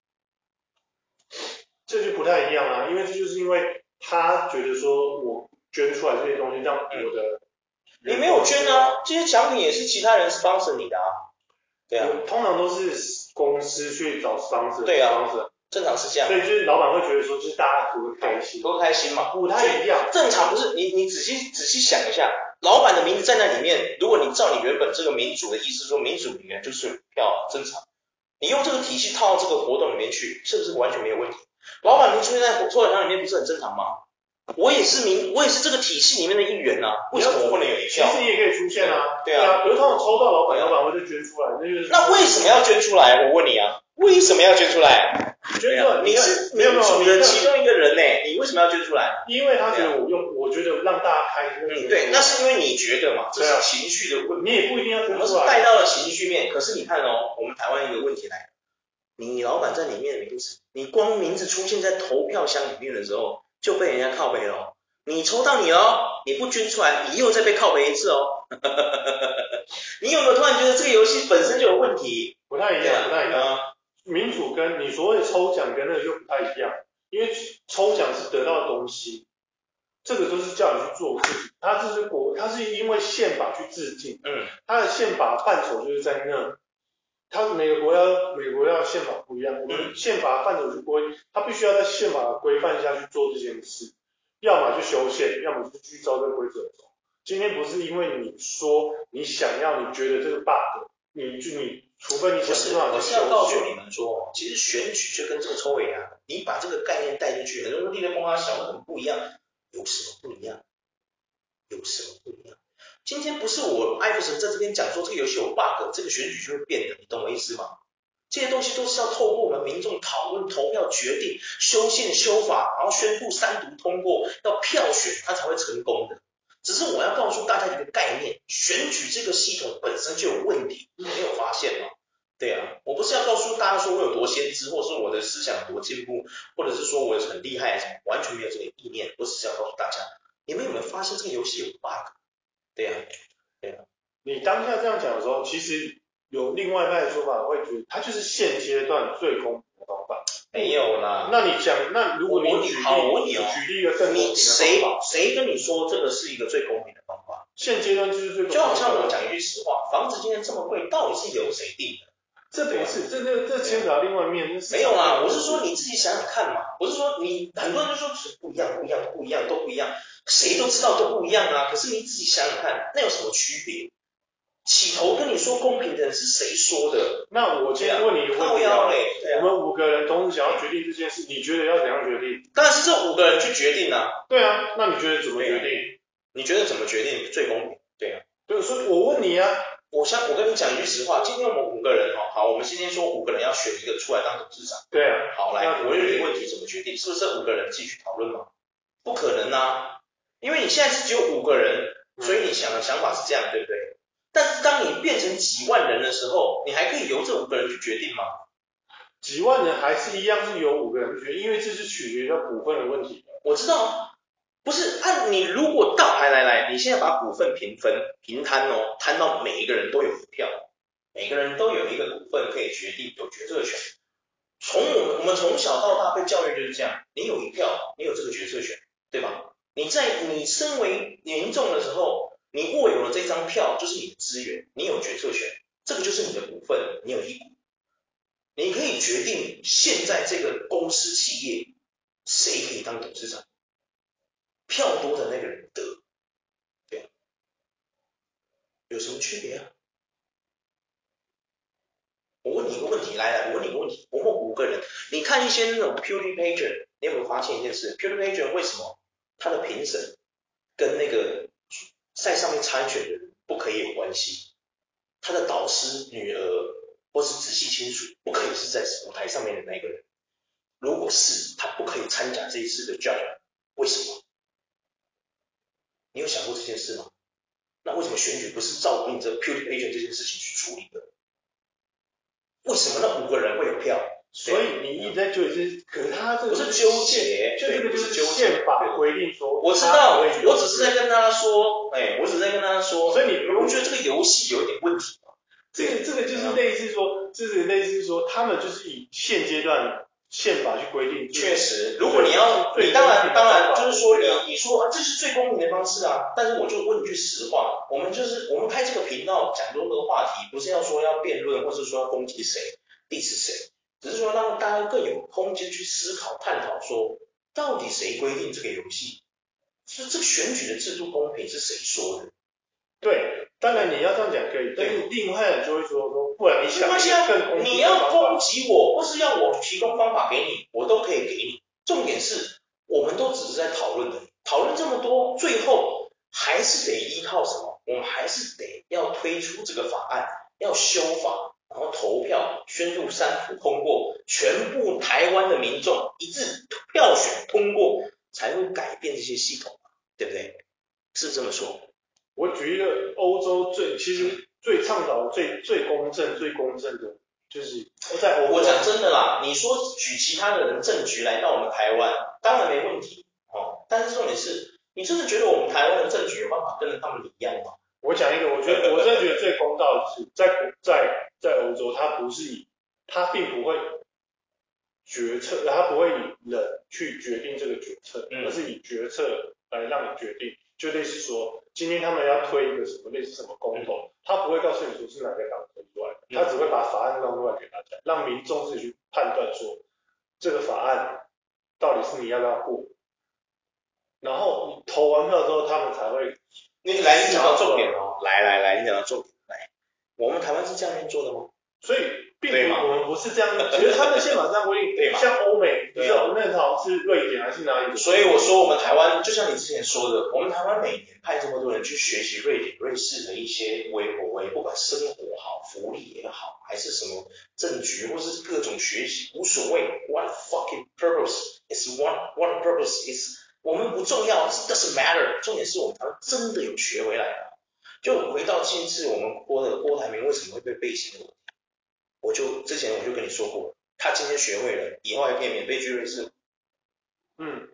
这就不太一样啊，因为这就是因为他觉得说我捐出来这些东西让我的、嗯， 你没有捐啊，这些奖品也是其他人 sponsor 你的啊，对啊， 通常都是公司去找 sponsor， 对啊 sponsor， 正常是这样， 所以就是老板会觉得说，就是大家图个开心， 图个开心嘛， 不太一样。 正常不是你你仔细仔细想一下，老板的名字在那里面，如果你照你原本这个民主的意思说，民主里面就是有票正常，你用这个体系套到这个活动里面去，是不是完全没有问题？老板名出现在抽奖箱里面不是很正常吗？我也是民，我也是这个体系里面的一员啊，为什么我不能有一票？ 其实也可以出现啊， 对啊， 比如他们抽到老板，老板会就捐出来，那就是。 那为什么要捐出来？我问你啊，为什么要捐出来？ 捐出来， 你是民主的其中一个人呢、欸，你为什么要捐出来？ 因为他觉得我用，我觉得让大家开心。 嗯，对，那是因为你觉得嘛，这是情绪的问题。 你也不一定要捐出来。 我们是带到了情绪面，可是你看哦，我们台湾一个问题来，你老板在里面的名字，你光名字出现在投票箱里面的时候，就被人家靠北了。你抽到你了，你不捐出来，你又再被靠北一次哦。你有没有突然觉得这个游戏本身就有问题？ 不太一样，不太一样。民主跟你所谓的抽奖跟那个就不太一样，因为抽奖是得到的东西，这个都是叫你去做事情。它这是国，它是因为宪法去制定，嗯，它的宪法范畴就是在那。它每个国家每个国家的宪法不一样，我们宪法范畴去规，它必须要在宪法规范下去做这件事，要么就修宪，要么就继续照这个规则走。 今天不是因为你说你想要，你觉得这个 bug， 你就你除非你想不是，我是要告诉你们说，其实选举就跟这个抽尾牙，你把这个概念带进去，很多人立的风啊小的很不一样，有什么不一样？有什么不一样？今天不是我艾弗森在这边讲说这个游戏有 bug， 这个选举就会变的，你懂我意思吗？这些东西都是要透过我们民众讨论、投票决定、修宪修法，然后宣布三读通过，要票选它才会成功的。只是我要告诉大家一个概念，选举这个系统本身就有问题，你没有发现吗？对啊，我不是要告诉大家说我有多先知，或是我的思想多进步，或者是说我很厉害什么，完全没有这个意念，我只是要告诉大家，你们有没有发现这个游戏有 bug？ 对啊，对啊。 你当下这样讲的时候，其实有另外一派的说法，会觉得它就是现阶段最公平的方法。 没有啦。 那你讲，那如果你举例， 好，我问你哦， 举例一个更公平的谁方法， 谁跟你说这个是一个最公平的方法？ 现阶段就是最公平的就方法。 好像我讲一句实话，房子今天这么贵，到底是由谁定的？ 这不是，这这这牵扯到另外一面。 没有啦，我是说你自己想想看嘛。我是说你很多人就说不一样，不一样，不一样，都不一样，谁都知道都不一样啊。可是你自己想想看，那有什么区别？起头跟你说公平的人是谁说的？ 那我今天问你一个问题啊，我们五个人同时想要决定这件事，你觉得要怎样决定？ 当然是这五个人去决定啊。 对啊，那你觉得怎么决定？ 你觉得怎么决定最公平？对啊， 对，所以我问你啊， 我想我跟你讲一句实话，今天我们五个人哦，好，我们今天说五个人要选一个出来当董事长。 对啊， 好，来，我有一个问题怎么决定？是不是这五个人自己去讨论吗？不可能啊，因为你现在是只有五个人，所以你想的想法是这样，对不对？但是当你变成几万人的时候，你还可以由这五个人去决定吗？ 几万人还是一样是由五个人去决定，因为这是取决于股份的问题。 我知道，不是按你如果到来来来，你现在把股份平分平摊哦，摊到每一个人都有一票，每个人都有一个股份可以决定，有决策权。从我们我们从小到大被教育就是这样，你有一票，你有这个决策权，对吧？你在你身为民众的时候，你握有了这张票，就是你的资源，你有决策权，这个就是你的股份，你有一股，你可以决定现在这个公司企业谁可以当董事长，票多的那个人得，对啊，有什么区别啊？我问你一个问题，来来，我问你一个问题，我们五个人，你看一些那种 PewDiePie，你有没有发现一件事 ？PewDiePie 为什么他的评审跟那个在上面参选的人不可以有关系？他的导师、女儿或是直系亲属不可以是在舞台上面的那个人。如果是，他不可以参加这一次的 judge， 为什么？你有想过这件事吗？那为什么选举不是照应着 PewDiePie 这件事情去处理的？为什么那五个人会有票？ 所以你一直在纠结，可是他这个不是纠结， 就这个就是宪法规定说， 我知道，我只是在跟他说，哎，我只是在跟他说， 所以你不用觉得这个游戏有一点问题吗？ 这个这个就是类似说，就是类似说，他们就是以现阶段宪法去规定。 确实，如果你要，你当然当然就是说你你说这是最公平的方式啊，但是我就问一句实话，我们就是我们开这个频道讲任何话题，不是要说要辩论，或是说要攻击谁，diss谁，只是说让大家更有空间去思考探讨说，到底谁规定这个游戏？是这个选举的制度公平是谁说的？ 对，当然你要这样讲可以，但是另外人就会说说，不然你想一个更公平的方法。 你要攻击我，或是要我提供方法给你，我都可以给你。重点是，我们都只是在讨论的，讨论这么多，最后还是得依靠什么？我们还是得要推出这个法案，要修法，然后投票，宣布三读通过，全部台湾的民众一致票选通过，才会改变这些系统，对不对？是这么说。 我举一个欧洲最其实最倡导最最公正最公正的，就是在欧洲。 我讲真的啦，你说举其他的人政局来到我们台湾，当然没问题哦。但是重点是，你真的觉得我们台湾的政局有办法跟着他们一样吗？ 我讲一个，我觉得我真的觉得最公道的是，在在在欧洲，它不是以它并不会决策，它不会以人去决定这个决策，而是以决策来让你决定。就类似说，今天他们要推一个什么类似什么公投，他不会告诉你说是哪个党推出来的，他只会把法案弄出来给大家，让民众自己去判断说这个法案到底是你要不要过。然后你投完票之后，他们才会你来，你讲到重点哦，来来来，你讲到重点，来，我们台湾是这样运作的吗？ 所以并不，我们不是这样，其实他们宪法这样规定，像欧美，你知道我那好像是瑞典还是哪里？ 所以我说我们台湾，就像你之前说的，我们台湾每年派这么多人去学习瑞典、瑞士的一些微博微，不管生活好、福利也好，还是什么政局或是各种学习，无所谓。What fucking purpose is what what purpose is？ 我们不重要 ，doesn't matter。重点是我们台湾真的有学回来了。就回到近次我们郭的郭台铭为什么会被背信的问题？我就之前我就跟你说过，他今天学会了，以后还可以免费去瑞士。 嗯，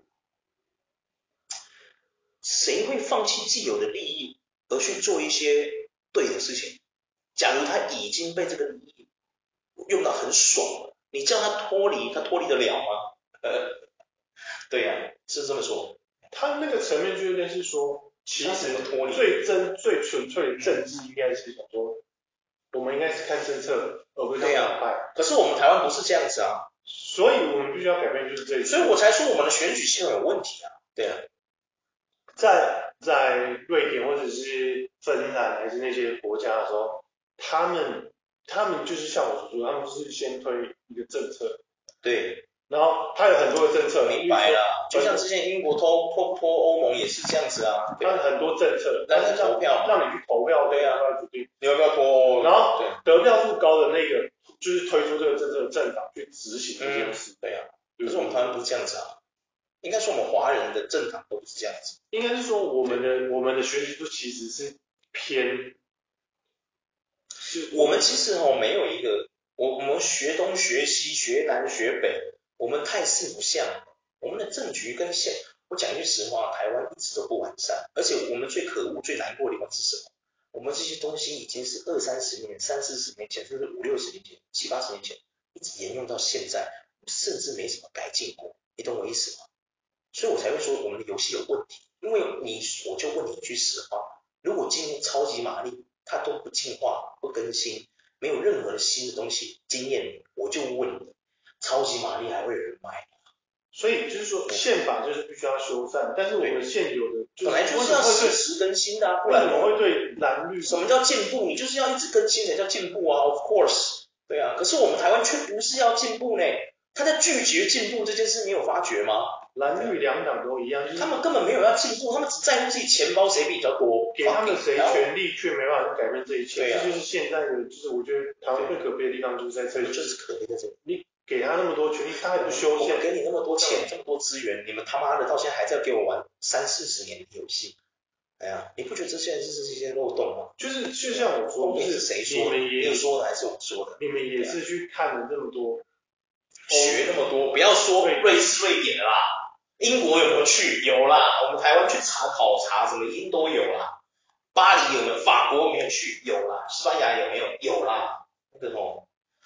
谁会放弃既有的利益而去做一些对的事情？假如他已经被这个利益用到很爽了，你叫他脱离，他脱离得了吗？呃，对呀、啊，是这么说。 他那个层面就类似说，其实最真最纯粹的政治应该是想说。我们应该是看政策，而不是看党派。 可是我们台湾不是这样子啊， 所以我们必须要改变，就是这一。 所以我才说我们的选举系统有问题啊。对啊， 在在瑞典或者是芬兰还是那些国家的时候，他们他们就是像我所说，他们就是先推一个政策， 对， 然后他有很多的政策， 明白了。就像之前英国脱脱脱欧盟也是这样子啊， 他很多政策， 让你投票， 让你去投票， 对啊， 来决定你要不要脱欧， 然后得票数高的那个就是推出这个政策的政党去执行这件事， 嗯、对啊。可是我们台湾不是这样子啊，应该说我们华人的政党都不是这样子。 应该是说我们的我们的选举制度其实是偏， 是我们其实哦没有一个，我我们学东学西学南学北，我们态势不像，我们的政局跟现，我讲一句实话，台湾一直都不完善，而且我们最可恶最难过的地方是什么？我们这些东西已经是二三十年、三四十年前，甚至五六十年前、七八十年前，一直沿用到现在，甚至没什么改进过，你懂我意思吗？所以我才会说我们的游戏有问题，因为你我就问你一句实话，如果今天超级玛丽它都不进化不更新，没有任何的新的东西惊艳你，我就问你，超级玛丽还会有人买？ 所以就是说宪法就是必须要修缮，但是我们现有的本来就是要适时更新的啊，不然我会对蓝绿什么叫进步？你就是要一直更新才叫进步啊 ，of course， 对啊，可是我们台湾却不是要进步呢，他在拒绝进步这件事，你有发觉吗？ 蓝绿两党都一样， 他们根本没有要进步，他们只在乎自己钱包谁比较多， 给他们谁权力，却没办法去改变这一切。 对啊， 这就是现在的，就是我觉得台湾最可悲的地方就是在这里， 就是可悲在这里。 你给他那么多权力，他还不修宪， 我给你那么多钱，这么多资源，你们他妈的到现在还在给我玩三四十年的游戏。哎呀，你不觉得这些这是一些漏洞吗？ 就是就像我说， 就是谁说的？ 你们也你说的还是我说的？ 你们也是去看了这么多， 学那么多，不要说瑞士、瑞典啦，英国有没有去？有啦，我们台湾去查考察，什么英都有啦。巴黎有没有？法国有没有去？有啦。西班牙有没有？有啦。那个哦，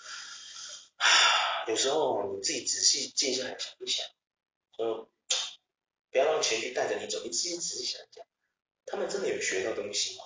有时候你自己仔细静下来想一想，说不要让情绪带着你走，你自己仔细想一想，他们真的有学到东西吗？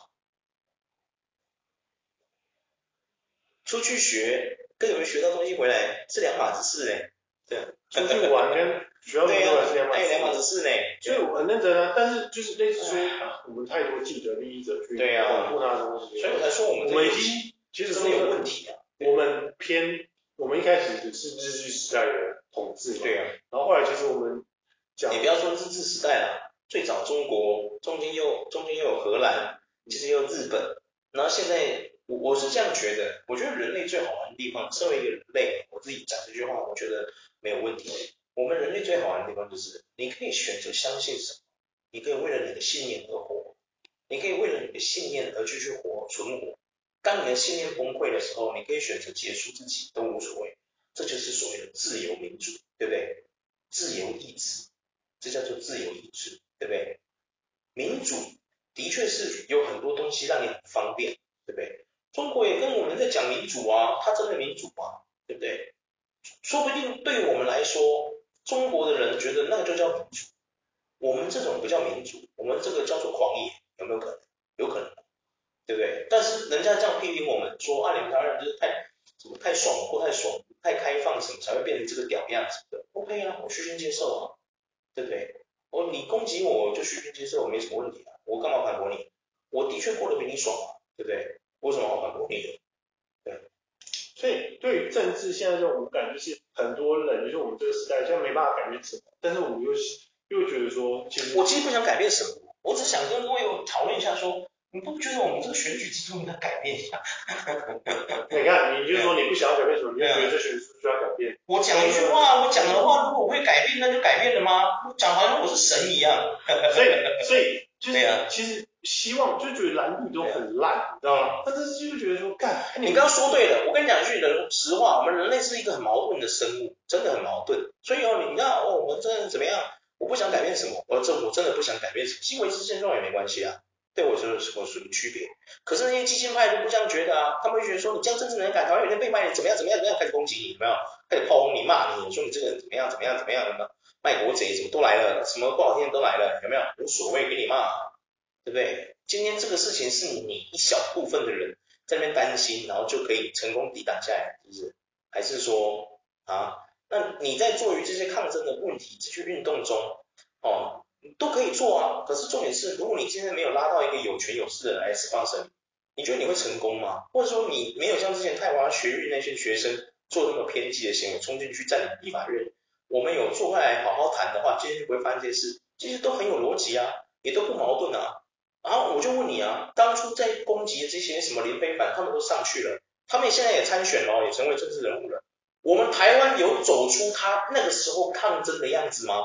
出去学跟有没有学到东西回来是两码子事嘞。对， 出去玩跟学到东西回来是两码子事。 两码子事嘞。 所以我很认真啊，但是就是类似说，我们太多既得利益者去对啊， 保护他的东西， 所以我才说我们我们已经其实真的有问题啊。 我们偏我们一开始只是日据时代的统治嘛， 对啊， 然后后来其实我们讲， 你不要说日治时代啦，最早中国中间又中间又有荷兰，其实又有日本，然后现在我我是这样觉得，我觉得人类最好玩的地方，身为一个人类，我自己讲这句话，我觉得没有问题。我们人类最好玩的地方就是，你可以选择相信什么，你可以为了你的信念而活，你可以为了你的信念而继续活存活。当你的信念崩溃的时候，你可以选择结束自己都无所谓，这就是所谓的自由民主，对不对？自由意志，这叫做自由意志，对不对？民主的确是有很多东西让你很方便，对不对？中国也跟我们在讲民主啊，它真的民主啊，对不对？说不定对于我们来说，中国的人觉得那个就叫民主，我们这种不叫民主，我们这个叫做狂野，有没有可能？有可能，对不对？但是人家这样批评我们说，啊，你们台湾人就是太什么太爽过太爽，太开放什么才会变成这个屌样子的 ，OK 啊，我虚心接受啊，对不对？我你攻击我，我就虚心接受，没什么问题啊，我干嘛反驳你？ 我的确过得比你爽啊，对不对？为什么我反驳你的？对。 所以对于政治现在这种无感，就是很多人，就是我们这个时代现在没办法改变什么，但是我们又又觉得说，其实我其实不想改变什么，我只想跟各位讨论一下说，你不觉得我们这个选举制度应该改变一下？ 你看，你就说你不想要改变什么，你就觉得这选举制度需要改变。 我讲一句话，我讲的话如果我会改变，那就改变了吗？我讲好像我是神一样。 所以，所以就是，其实希望就觉得蓝绿都很烂，你知道吗？但是就是觉得说，干， 你刚刚说对了，我跟你讲一句人实话，我们人类是一个很矛盾的生物，真的很矛盾。所以哦，你看哦，我们真的怎么样？我不想改变什么，我这我真的不想改变什么，其实维持现状也没关系啊，对我说是有什么区别？可是那些激进派就不这样觉得啊，他们会觉得说你这样政治能改，台湾有天被卖，你怎么样怎么样怎么样，开始攻击你，有没有？开始炮轰你、骂你，说你这个人怎么样怎么样怎么样，有没有？卖国贼怎么都来了，什么不好听的都来了，有没有？无所谓，给你骂，对不对？今天这个事情是你一小部分的人在那边担心，然后就可以成功抵挡下来，是不是？还是说啊？那你在做于这些抗争的问题、这些运动中，哦，都可以做啊。可是重点是，如果你今天没有拉到一个有权有势的来 sponsor，你觉得你会成功吗？或者说你没有像之前泰华学运那些学生做那么偏激的行为，冲进去占领立法院，我们有坐下来好好谈的话，今天就不会发生这些事，这些都很有逻辑啊，也都不矛盾啊。然后我就问你啊，当初在攻击的这些什么林非凡，他们都上去了，他们现在也参选了，也成为政治人物了。我们台湾有走出他那个时候抗争的样子吗？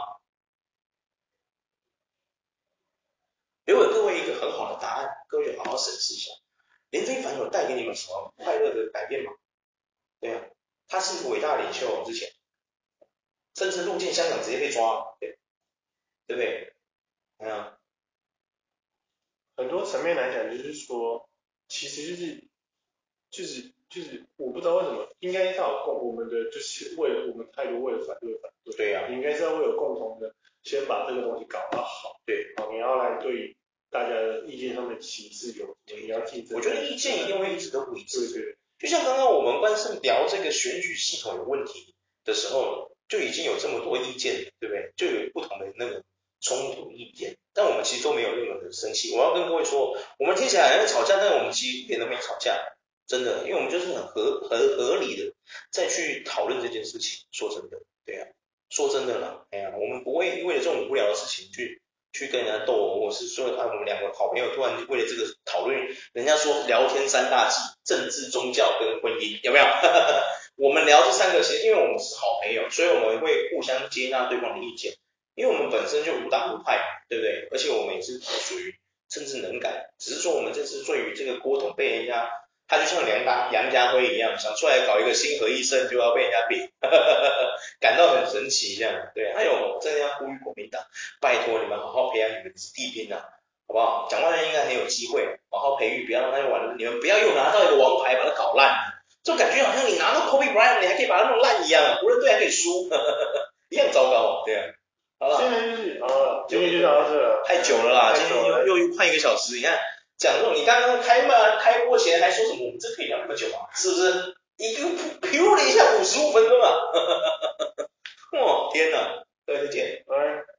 留给各位一个很好的答案，各位好好审视一下。林非凡有带给你们什么快乐的改变吗？对啊，他是一个伟大的领袖，之前甚至入境香港直接被抓，对对不对？嗯， 很多层面来讲，就是说，其实就是就是就是我不知道为什么，应该是要有共我们的就是为了我们态度为了反对反对， 对呀、啊， 你应该是要会有共同的，先把这个东西搞到好， 对， 好，你要来对大家的意见上面歧视有，你要竞争， 我觉得意见一定会一直都不一致， 对对， 就像刚刚我们关是聊这个选举系统有问题的时候，就已经有这么多意见了，对不对？就有不同的那个冲突意见，但我们其实都没有任何的生气。我要跟各位说，我们听起来好像吵架，但我们其实一点都没吵架，真的，因为我们就是很合合合理的再去讨论这件事情。说真的，对啊，说真的啦，哎呀，我们不会为了这种无聊的事情去去跟人家斗，或是说啊，我们两个好朋友突然为了这个讨论，人家说聊天三大忌，政治、宗教跟婚姻，有没有？我们聊这三个，其实因为我们是好朋友，所以我们会互相接纳对方的意见，因为我们本身就无党无派，对不对？而且我们也是属于政治能感，只是说我们这次对于这个郭董被人家，他就像梁家杨家辉一样，想出来搞一个新合一胜就要被人家扁，感到很神奇这样。对，还有真的要呼吁国民党，拜托你们好好培养你们子弟兵啊，好不好？蒋万安应该很有机会，好好培育，不要让他又玩，你们不要又拿到一个王牌把他搞烂，这种感觉好像你拿到 Kobe Bryant， 你还可以把他弄烂一样，湖人队还可以输，一样糟糕。对啊，好了， 今天就是好了，今天就到这了， 太久了啦，今天又又快一个小时，你看讲这种，你刚刚开嘛开播前还说什么我们这可以聊那么久啊，是不是？一个噗了一下五十五分钟啊，哦天哪，各位再见。